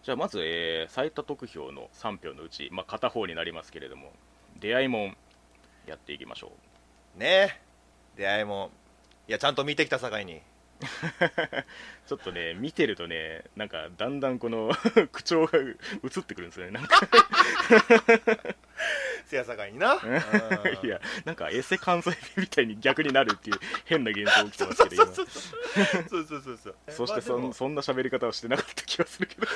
じゃあまず、最多得票の3票のうち、片方になりますけれども、出会いもんやっていきましょねえ、出会いもいやちゃんと見てきたさかいに。 ちょっとね、見てるとね、なんかだんだんこの口調が映ってくるんですよね、なんかせやさかいにな。 いや、なんかエセ関西弁みたいに逆になるっていう変な現象起きてますけど、今。 そうそしてそんな喋り方をしてなかった気がするけど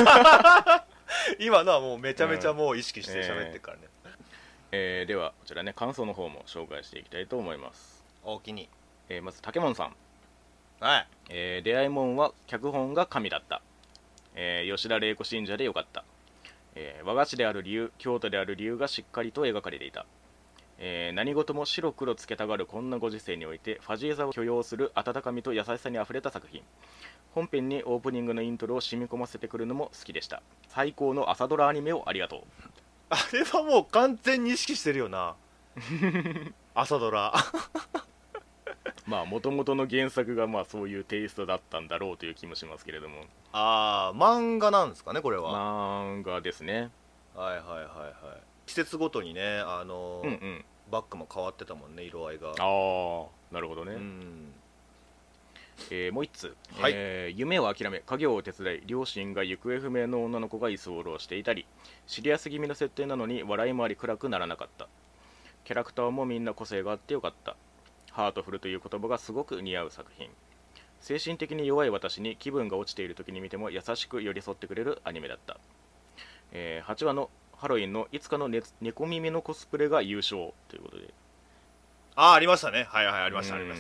今のはもうめちゃめちゃもう意識して喋ってるからね。 ではこちらね、感想の方も紹介していきたいと思います。 おおきに。 まず竹門さん、 はい。 出会いもんは脚本が神だった、吉田玲子信者でよかった、和菓子である理由、京都である理由がしっかりと描かれていた、何事も白黒つけたがるこんなご時世においてファジーさを許容する温かみと優しさにあふれた作品。本編にオープニングのイントロを染み込ませてくるのも好きでした。最高の朝ドラアニメをありがとう。 あれはもう完全に意識してるよな。朝ドラ。 もともとの原作がそういうテイストだったんだろうという気もしますけれども。 ああ、漫画なんですかねこれは。 漫画ですね。 はいはいはいはい。季節ごとにね、 うんうん。 バッグも変わってたもんね、色合いが。 ああ、なるほどね。 うん。 もう一つ、 はい。 夢を諦め家業を手伝い、両親が行方不明の女の子が居候していたり、シリアス気味の設定なのに笑いもあり暗くならなかった。キャラクターもみんな個性があってよかった。ハートフルという言葉がすごく似合う作品。精神的に弱い私に気分が落ちている時に見ても優しく寄り添ってくれるアニメだった。8話のハロウィンのいつかの猫耳のコスプレが優勝ということで。 ありましたね。はいはい、ありましたありました。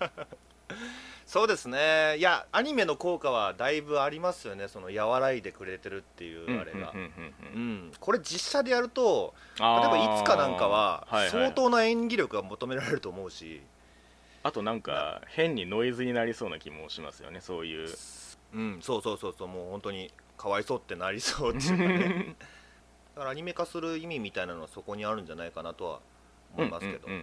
そうですね。いやアニメの効果はだいぶありますよね。その和らいでくれてるっていうあれが。これ実写でやると、例えばいつかなんかは相当な演技力が求められると思うし、 あとなんか変にノイズになりそうな気もしますよね、そういう。 そうそうそうそう、もう本当にかわいそうってなりそうっていうかね。だからアニメ化する意味みたいなのはそこにあるんじゃないかなとは思いますけど。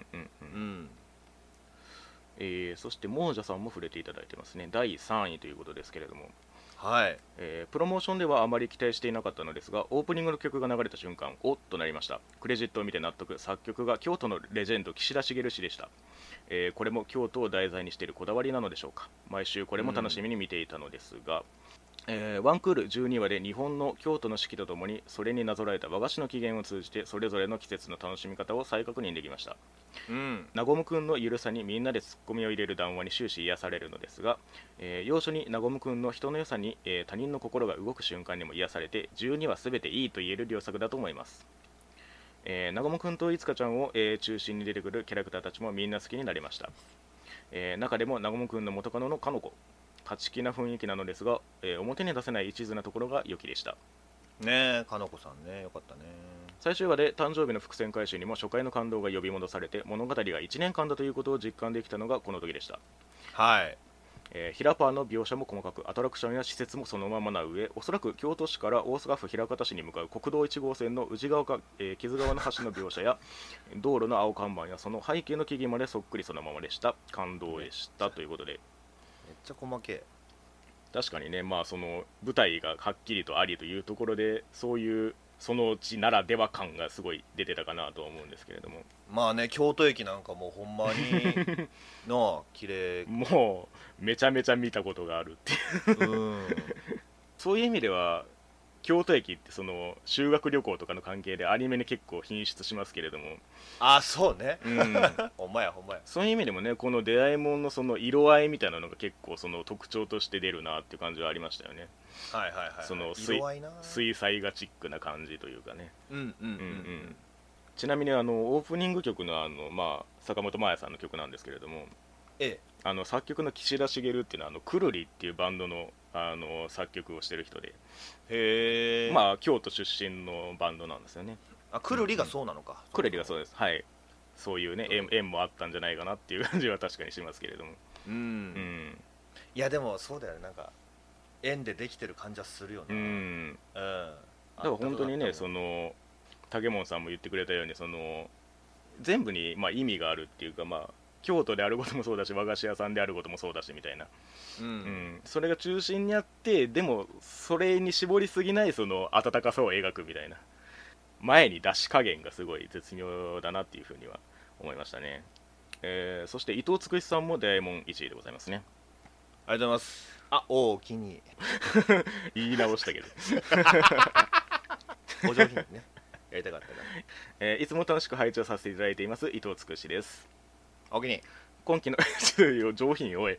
そしてモージャさんも触れていただいてますね。第3位ということですけれども、 はい。 プロモーションではあまり期待していなかったのですが、オープニングの曲が流れた瞬間、おっとなりました。クレジットを見て納得。作曲が京都のレジェンド岸田茂氏でした。これも京都を題材にしているこだわりなのでしょうか。毎週これも楽しみに見ていたのですが、ワンクール12話で日本の京都の四季とともにそれになぞらえた和菓子の起源を通じてそれぞれの季節の楽しみ方を再確認できました。なごむくんのゆるさにみんなでツッコミを入れる談話に終始癒されるのですが、要所になごむくんの人の良さに、他人の心が動く瞬間にも癒されて12話すべていいと言える良作だと思います。なごむくんといつかちゃんを、中心に出てくるキャラクターたちもみんな好きになりました。中でもなごむくんの元カノのかの子、勝ち気な雰囲気なのですが、表に出せない一途なところが良きでした。 ねえ、かのこさんね、よかったね。 最終話で誕生日の伏線回収にも初回の感動が呼び戻されて物語が1年間だということを実感できたのがこの時でした。 はい。 ヒラパーの描写も細かく、アトラクションや施設もそのままな上、おそらく京都市から大阪府枚方市に向かう国道1号線の宇治川か、木津川の橋の描写や道路の青看板やその背景の木々までそっくりそのままでした。感動でしたということで。 めっちゃ細けえ。 確かにね、その舞台がはっきりとありというところで、そういうその地ならでは感がすごい出てたかなと思うんですけれども。 まあね、京都駅なんかもうほんまにの綺麗。 もうめちゃめちゃ見たことがあるっていうそういう意味では京都駅ってその修学旅行とかの関係でアニメに結構品質しますけれども、 そうね。ほんまやほんまや。 そういう意味でもね、この出会いもんのその色合いみたいなのが結構その特徴として出るなっていう感じはありましたよね。 はいはいはい、はい、 その色合いな、 水彩画チックな感じというかね。 うんうんうんうん。 ちなみにオープニング曲の坂本真綾さんの曲なんですけれども、作曲の岸田茂っていうのはくるりっていうバンドの作曲をしてる人で、 へえ。 京都出身のバンドなんですよね。 くるりがそうなのか。 くるりがそうです。はい。そういうね、縁もあったんじゃないかなっていう感じは確かにしますけれども。 いやでもそうだよね、なんか縁でできてる感じはするよね。 だから本当にね、その竹門さんも言ってくれたように、その全部に意味があるっていうか、 京都であることもそうだし和菓子屋さんであることもそうだしみたいな、それが中心にあって、でもそれに絞りすぎないその温かさを描くみたいな、前に出し加減がすごい絶妙だなっていうふうには思いましたね。そして伊藤つくしさんも出会いもん1位でございますね。 ありがとうございます。おおきに言い直したけどお上品にねやりたかったな。 いつも楽しく拝聴させていただいています伊藤つくしです。 おきに今期の上品おい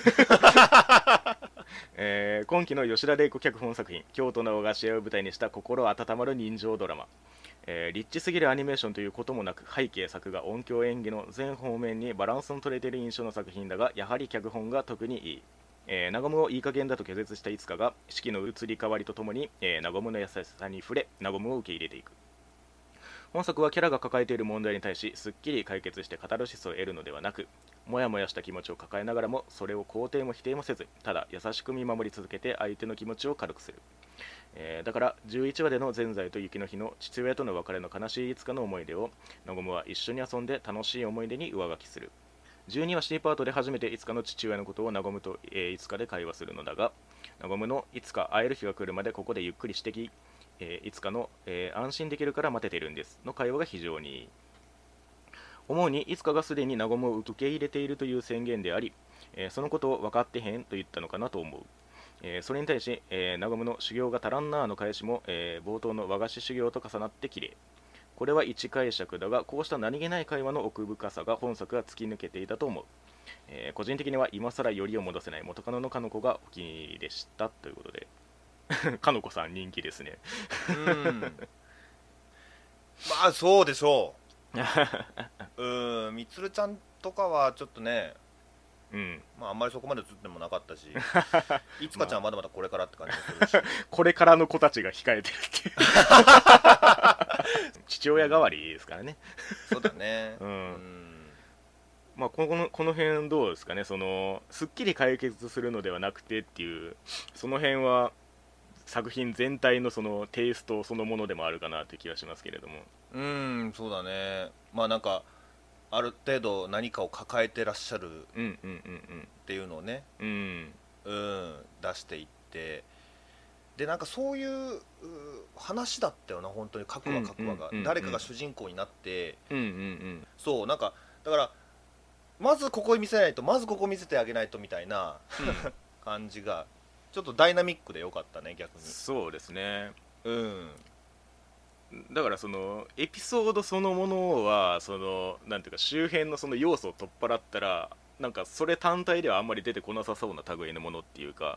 今期の吉田玲子脚本作品京都の和菓子屋を舞台にした心温まる人情ドラマ、リッチすぎるアニメーションということもなく背景作画音響演技の全方面にバランスの取れている印象の作品だが、やはり脚本が特にいい。ナゴムをいい加減だと拒絶したいつかが四季の移り変わりとともに、ナゴムの優しさに触れナゴムを受け入れていく。本作はキャラが抱えている問題に対しすっきり解決してカタルシスを得るのではなく、もやもやした気持ちを抱えながらもそれを肯定も否定もせず、ただ優しく見守り続けて相手の気持ちを軽くする。だから11話での善哉と雪の日の父親との別れの悲しいいつかの思い出をナゴムは一緒に遊んで楽しい思い出に上書きする。12話 C パートで初めていつかの父親のことをナゴムと、いつかで会話するのだが、ナゴムのいつか会える日が来るまでここでゆっくり指摘、いつかの、安心できるから待ててるんですの会話が非常にいい。思うにいつかがすでにナゴムを受け入れているという宣言であり、そのことを分かってへんと言ったのかなと思う。それに対し、ナゴムの修行が足らんなーの返しも、冒頭の和菓子修行と重なってきれい。これは一解釈だが、こうした何気ない会話の奥深さが本作が突き抜けていたと思う。個人的には今更よりを戻せない元カノのかの子がお気に入りでしたということでかのこさん人気ですね。 まあそうでしょう。みつるちゃんとかはちょっとね、まあ、あんまりそこまで映ってもなかったしいつかちゃんはまだまだこれからって感じがするしこれからの子たちが控えてるっていう父親代わりですからね。 そうだね。 まあ、この辺どうですかね、そのすっきり解決するのではなくてっていう、その辺は作品全体のそのテイストそのものでもあるかなという気がしますけれども。 そうだね。まあなんかある程度何かを抱えてらっしゃるっていうのをね、出していって、でなんかそういう話だったよな本当に。各話各話が誰かが主人公になって、そうなんかだからまずここ見せないと、まずここ見せてあげないとみたいな、感じがちょっとダイナミックでよかったね逆に。 そうですね。だからそのエピソードそのものはそのなんていうか周辺のその要素を取っ払ったらなんかそれ単体ではあんまり出てこなさそうな類のものっていうか、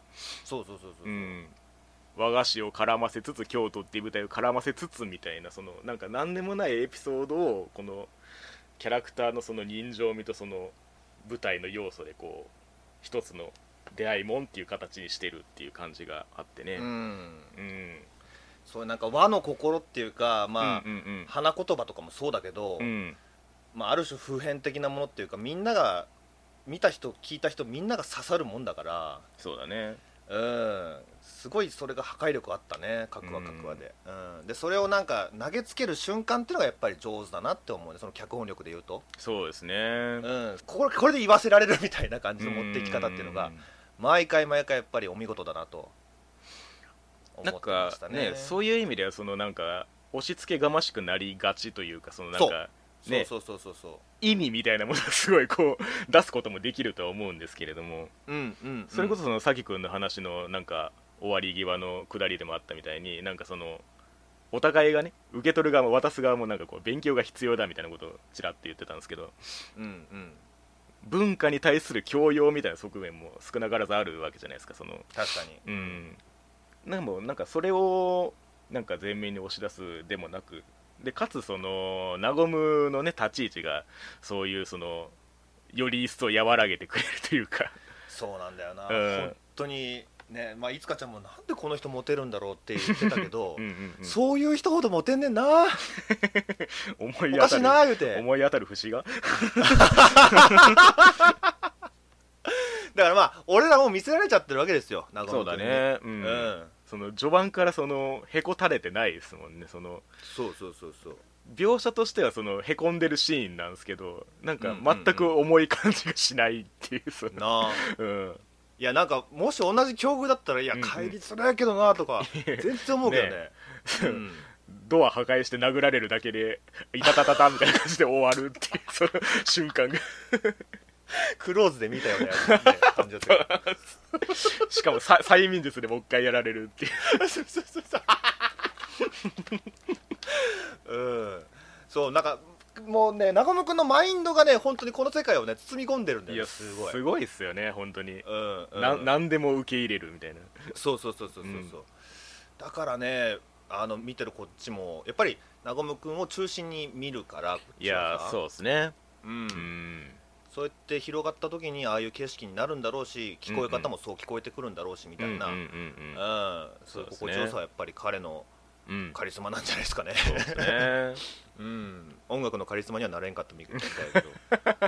和菓子を絡ませつつ京都っていう舞台を絡ませつつみたいな、そのなんか何でもないエピソードをこのキャラクターのその人情味とその舞台の要素でこう一つの出会いもんっていう形にしてるっていう感じがあってね。 そういうなんか和の心っていうか、まあ花言葉とかもそうだけど、まあ、ある種普遍的なものっていうか、みんなが見た人聞いた人みんなが刺さるもんだから。 そうだね。 すごいそれが破壊力あったね各話各話で。でそれをなんか投げつける瞬間っていうのがやっぱり上手だなって思うね、その脚本力でいうと。 そうですね。 これで言わせられるみたいな感じの持っていき方っていうのが毎回毎回やっぱりお見事だなと思ってましたね。 なんかね、そういう意味ではそのなんか押し付けがましくなりがちというか、そのなんかね、そう意味みたいなものをすごいこう出すこともできるとは思うんですけれども、それこそそのさきくんの話のなんか終わり際の下りでもあったみたいに、なんかそのお互いがね受け取る側も渡す側もなんかこう勉強が必要だみたいなことをちらっと言ってたんですけど、文化に対する教養みたいな側面も少なからずあるわけじゃないですか。その確かに。 なんかそれをなんか前面に押し出すでもなく、でかつそのナゴムのね立ち位置がそういうそのより一層和らげてくれるというか。 そうなんだよな、本当にね。まあ、いつかちゃんもなんでこの人モテるんだろうって言ってたけどそういう人ほどモテんねんなおかしいな言うて思い当たる節がだからまあ俺らも見せられちゃってるわけですよ、ナゴム君に。 そうだね。 その序盤からそのへこたれてないですもんね。そのそうそうそうそう。 描写としてはそのへこんでるシーンなんですけど、なんか全く重い感じがしないっていうそのなあ、 うん、 いやなんかもし同じ境遇だったらいや帰りづらいけどなとか全然思うけどね。 ねうん、 ドア破壊して殴られるだけでいたたたたみたいな感じで終わるっていうその瞬間がクローズで見たようなやつ、ね、感じだったよ。 しかも催眠術でもう一回やられるっていうそうそうそうそううん、そうなんかもうね中野くんのマインドがね本当にこの世界をね包み込んでるんだよね。 いやすごいすごいっすよね本当に、 うんうん、 何でも受け入れるみたいな。 そうそうそうそうそう、うん、だからね見てるこっちもやっぱりなごむくんを中心に見るからいやそうですね、 うん、そうやって広がった時にああいう景色になるんだろうし聞こえ方もそう聞こえてくるんだろうしみたいな、そういう心地よさはやっぱり彼のカリスマなんじゃないですかね。 そうですねうん、音楽のカリスマにはなれんかったみたいだけど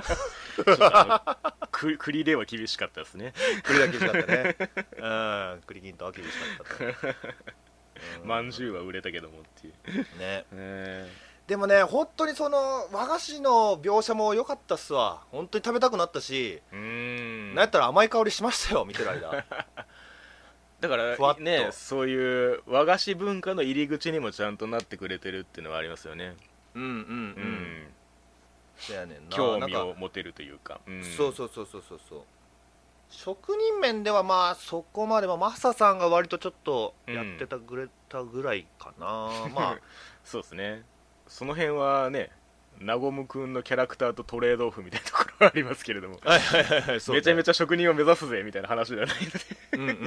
栗では厳しかったですね。 栗は厳しかったね。うん、栗銀とは厳しかったと。 まんじゅうは売れたけどもっていうね。でもね本当にその和菓子の描写も良かったっすわ。本当に食べたくなったし、なんやったら甘い香りしましたよ見てる間。 だからねそういう和菓子文化の入り口にもちゃんとなってくれてるっていうのはありますよね。 うんうんうん。そうやねんな。 興味を持てるというか。 そうそうそうそうそうそう。職人面ではまあそこまではマサさんが割とちょっとやってたくれたぐらいかな、まあそうですね。その辺はねなごむくんのキャラクターとトレードオフみたいなところはありますけれどもめちゃめちゃ職人を目指すぜみたいな話ではないのでうんうん、うん、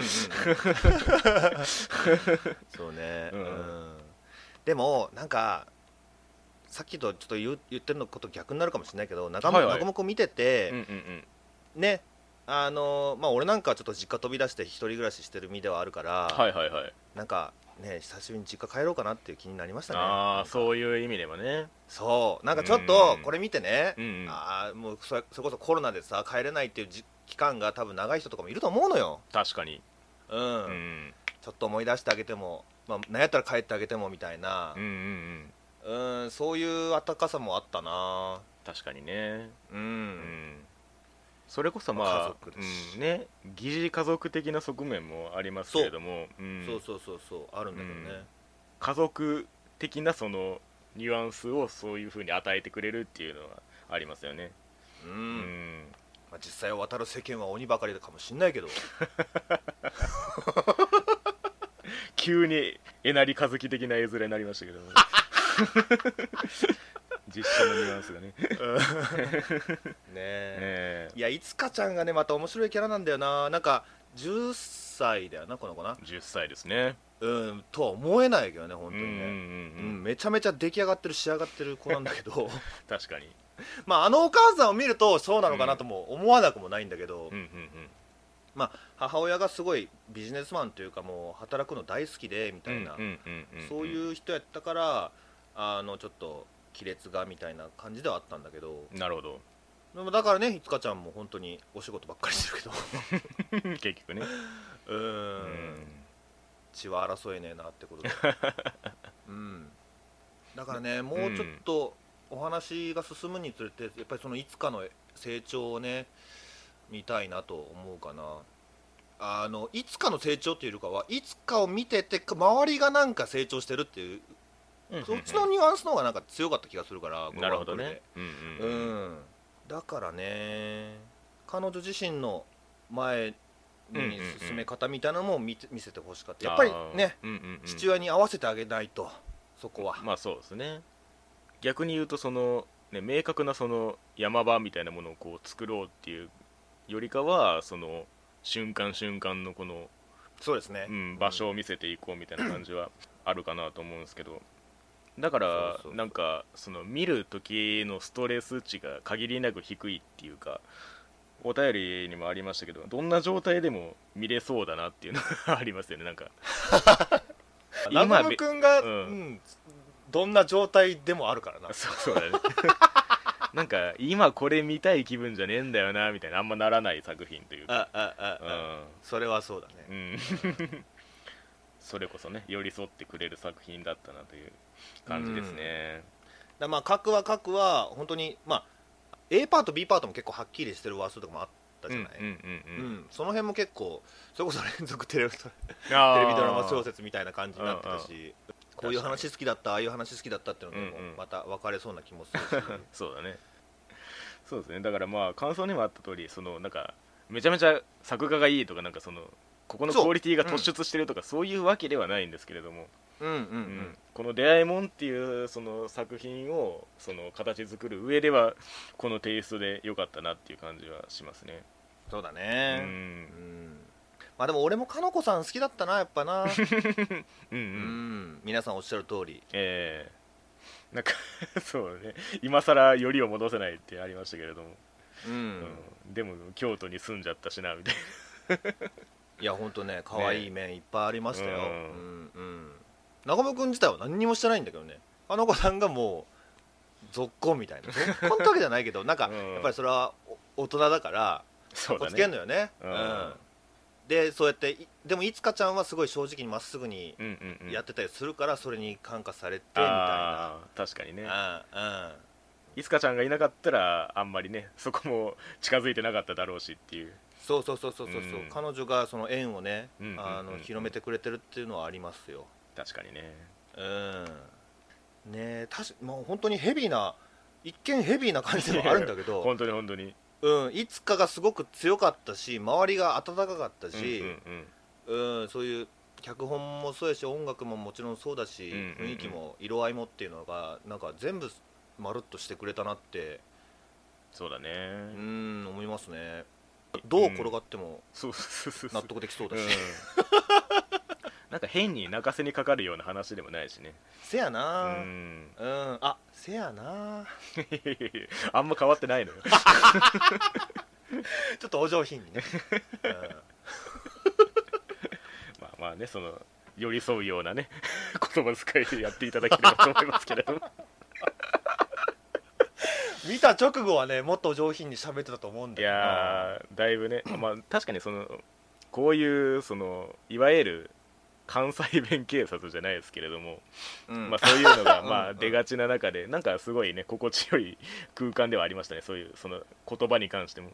そうね、でもなんかさっきとちょっと言ってるのこと逆になるかもしれないけどなごむくん見てて、ねまあ俺なんかちょっと実家飛び出して一人暮らししてる身ではあるから、なんかね久しぶりに実家帰ろうかなっていう気になりましたね。 ああそういう意味でもね。 そうなんかちょっとこれ見てね、もうそれこそコロナでさ帰れないっていう期間が多分長い人とかもいると思うのよ。 確かに。 ちょっと思い出してあげても、まあ、なんやったら帰ってあげてもみたいな、そういう温かさもあったな。 確かにね。それこそまあ、ね、疑似家族的な側面もありますけれども、 そうそうそうそうあるんだけどね、 家族的なそのニュアンスをそういう風に与えてくれるっていうのはありますよね。 まあ、実際渡る世間は鬼ばかりかもしんないけど急にえなりかずき的な絵面になりましたけども実写のニュアンスがねいやいつかちゃんがねまた面白いキャラなんだよな。なんか10歳だよなこの子な。 10歳ですね。 とは思えないけどね本当にね。めちゃめちゃ出来上がってる仕上がってる子なんだけど確かにまあお母さんを見るとそうなのかなとも思わなくもないんだけど、まあ母親がすごいビジネスマンというかもう働くの大好きでみたいなそういう人やったからちょっと亀裂がみたいな感じではあったんだけど。 なるほど。 でもだからねいつかちゃんも本当にお仕事ばっかりしてるけど結局ね血は争えねえなってことでだからねもうちょっとお話が進むにつれてやっぱりそのいつかの成長をね見たいなと思うかな。いつかの成長っていうよりかはいつかを見てて周りがなんか成長してるっていうそっちのニュアンスの方がなんか強かった気がするから。 なるほどね。 だからね彼女自身の前に進め方みたいなのも見せてほしかった。やっぱりね父親に合わせてあげないとそこは。 まあそうですね。逆に言うとその、ね、明確なその山場みたいなものをこう作ろうっていうよりかはその瞬間瞬間のこのそうですね、 場所を見せていこうみたいな感じはあるかなと思うんですけど、だからなんかその見る時のストレス値が限りなく低いっていうか、お便りにもありましたけどどんな状態でも見れそうだなっていうのがありますよね。なんかラム君が、どんな状態でもあるからな。 そうだねなんか今これ見たい気分じゃねえんだよなみたいなあんまならない作品というか、 それはそうだね、 それこそね寄り添ってくれる作品だったなという感じですね。 だまあ各話本当にまあ A パート B パートも結構はっきりしてる話数とかもあったじゃない、その辺も結構それこそ連続テレビドラマ小説みたいな感じになってたし、こういう話好きだったああいう話好きだったっていうのもまた分かれそうな気もするし、 そうだね。そうですね。だからまあ感想にもあった通り、そのなんかめちゃめちゃ作画がいいとか、なんかそのここのクオリティが突出してるとかそういうわけではないんですけれども、この「出会いもん」っていうその作品をその形作る上ではこのテイストで良かったなっていう感じはしますね。 そうだね。まあでも俺もかのこさん好きだったなやっぱな。皆さんおっしゃる通り。 なんかそうね、今更よりを戻せないってありましたけれども、でも京都に住んじゃったしなみたいな。 いやほんとね可愛い面いっぱいありましたよ。中村君自体は何にもしてないんだけどね、かのこさんがもうぞっこんみたいな、ぞっこんってわけじゃないけどなんかやっぱりそれは大人だからかっこつけんのよね。でそうやってでもいつかちゃんはすごい正直にまっすぐにやってたりするからそれに感化されてみたいな。 確かにね。いつかちゃんがいなかったらあんまりねそこも近づいてなかっただろうしっていう。 そう彼女がその縁をね広めてくれてるっていうのはありますよ。 確かにね。 ね、もう本当にヘビーな一見ヘビーな感じではあるんだけど本当にいつかがすごく強かったし周りが温かかったし、そういう脚本もそうやし音楽ももちろんそうだし、雰囲気も色合いもっていうのがなんか全部まるっとしてくれたなってそうだね思いますね。どう転がっても納得できそうだし、 なんか変に泣かせにかかるような話でもないしね。 せやなあせやなあんま変わってないのよ。 ちょっとお上品にね。 まあねその寄り添うようなね言葉遣いでやっていただければと思いますけれども。 見た直後はねもっと上品に喋ってたと思うんだけどな。いやだいぶね、まあ確かにそのこういうそのいわゆる関西弁警察じゃないですけれども、まあそういうのがまあ出がちな中でなんかすごいね心地よい空間ではありましたね。そういうその言葉に関しても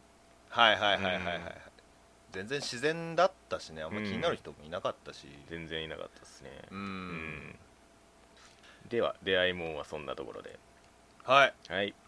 全然自然だったしね、あんま気になる人もいなかったし、 全然いなかったですね。では出会いもんはそんなところではい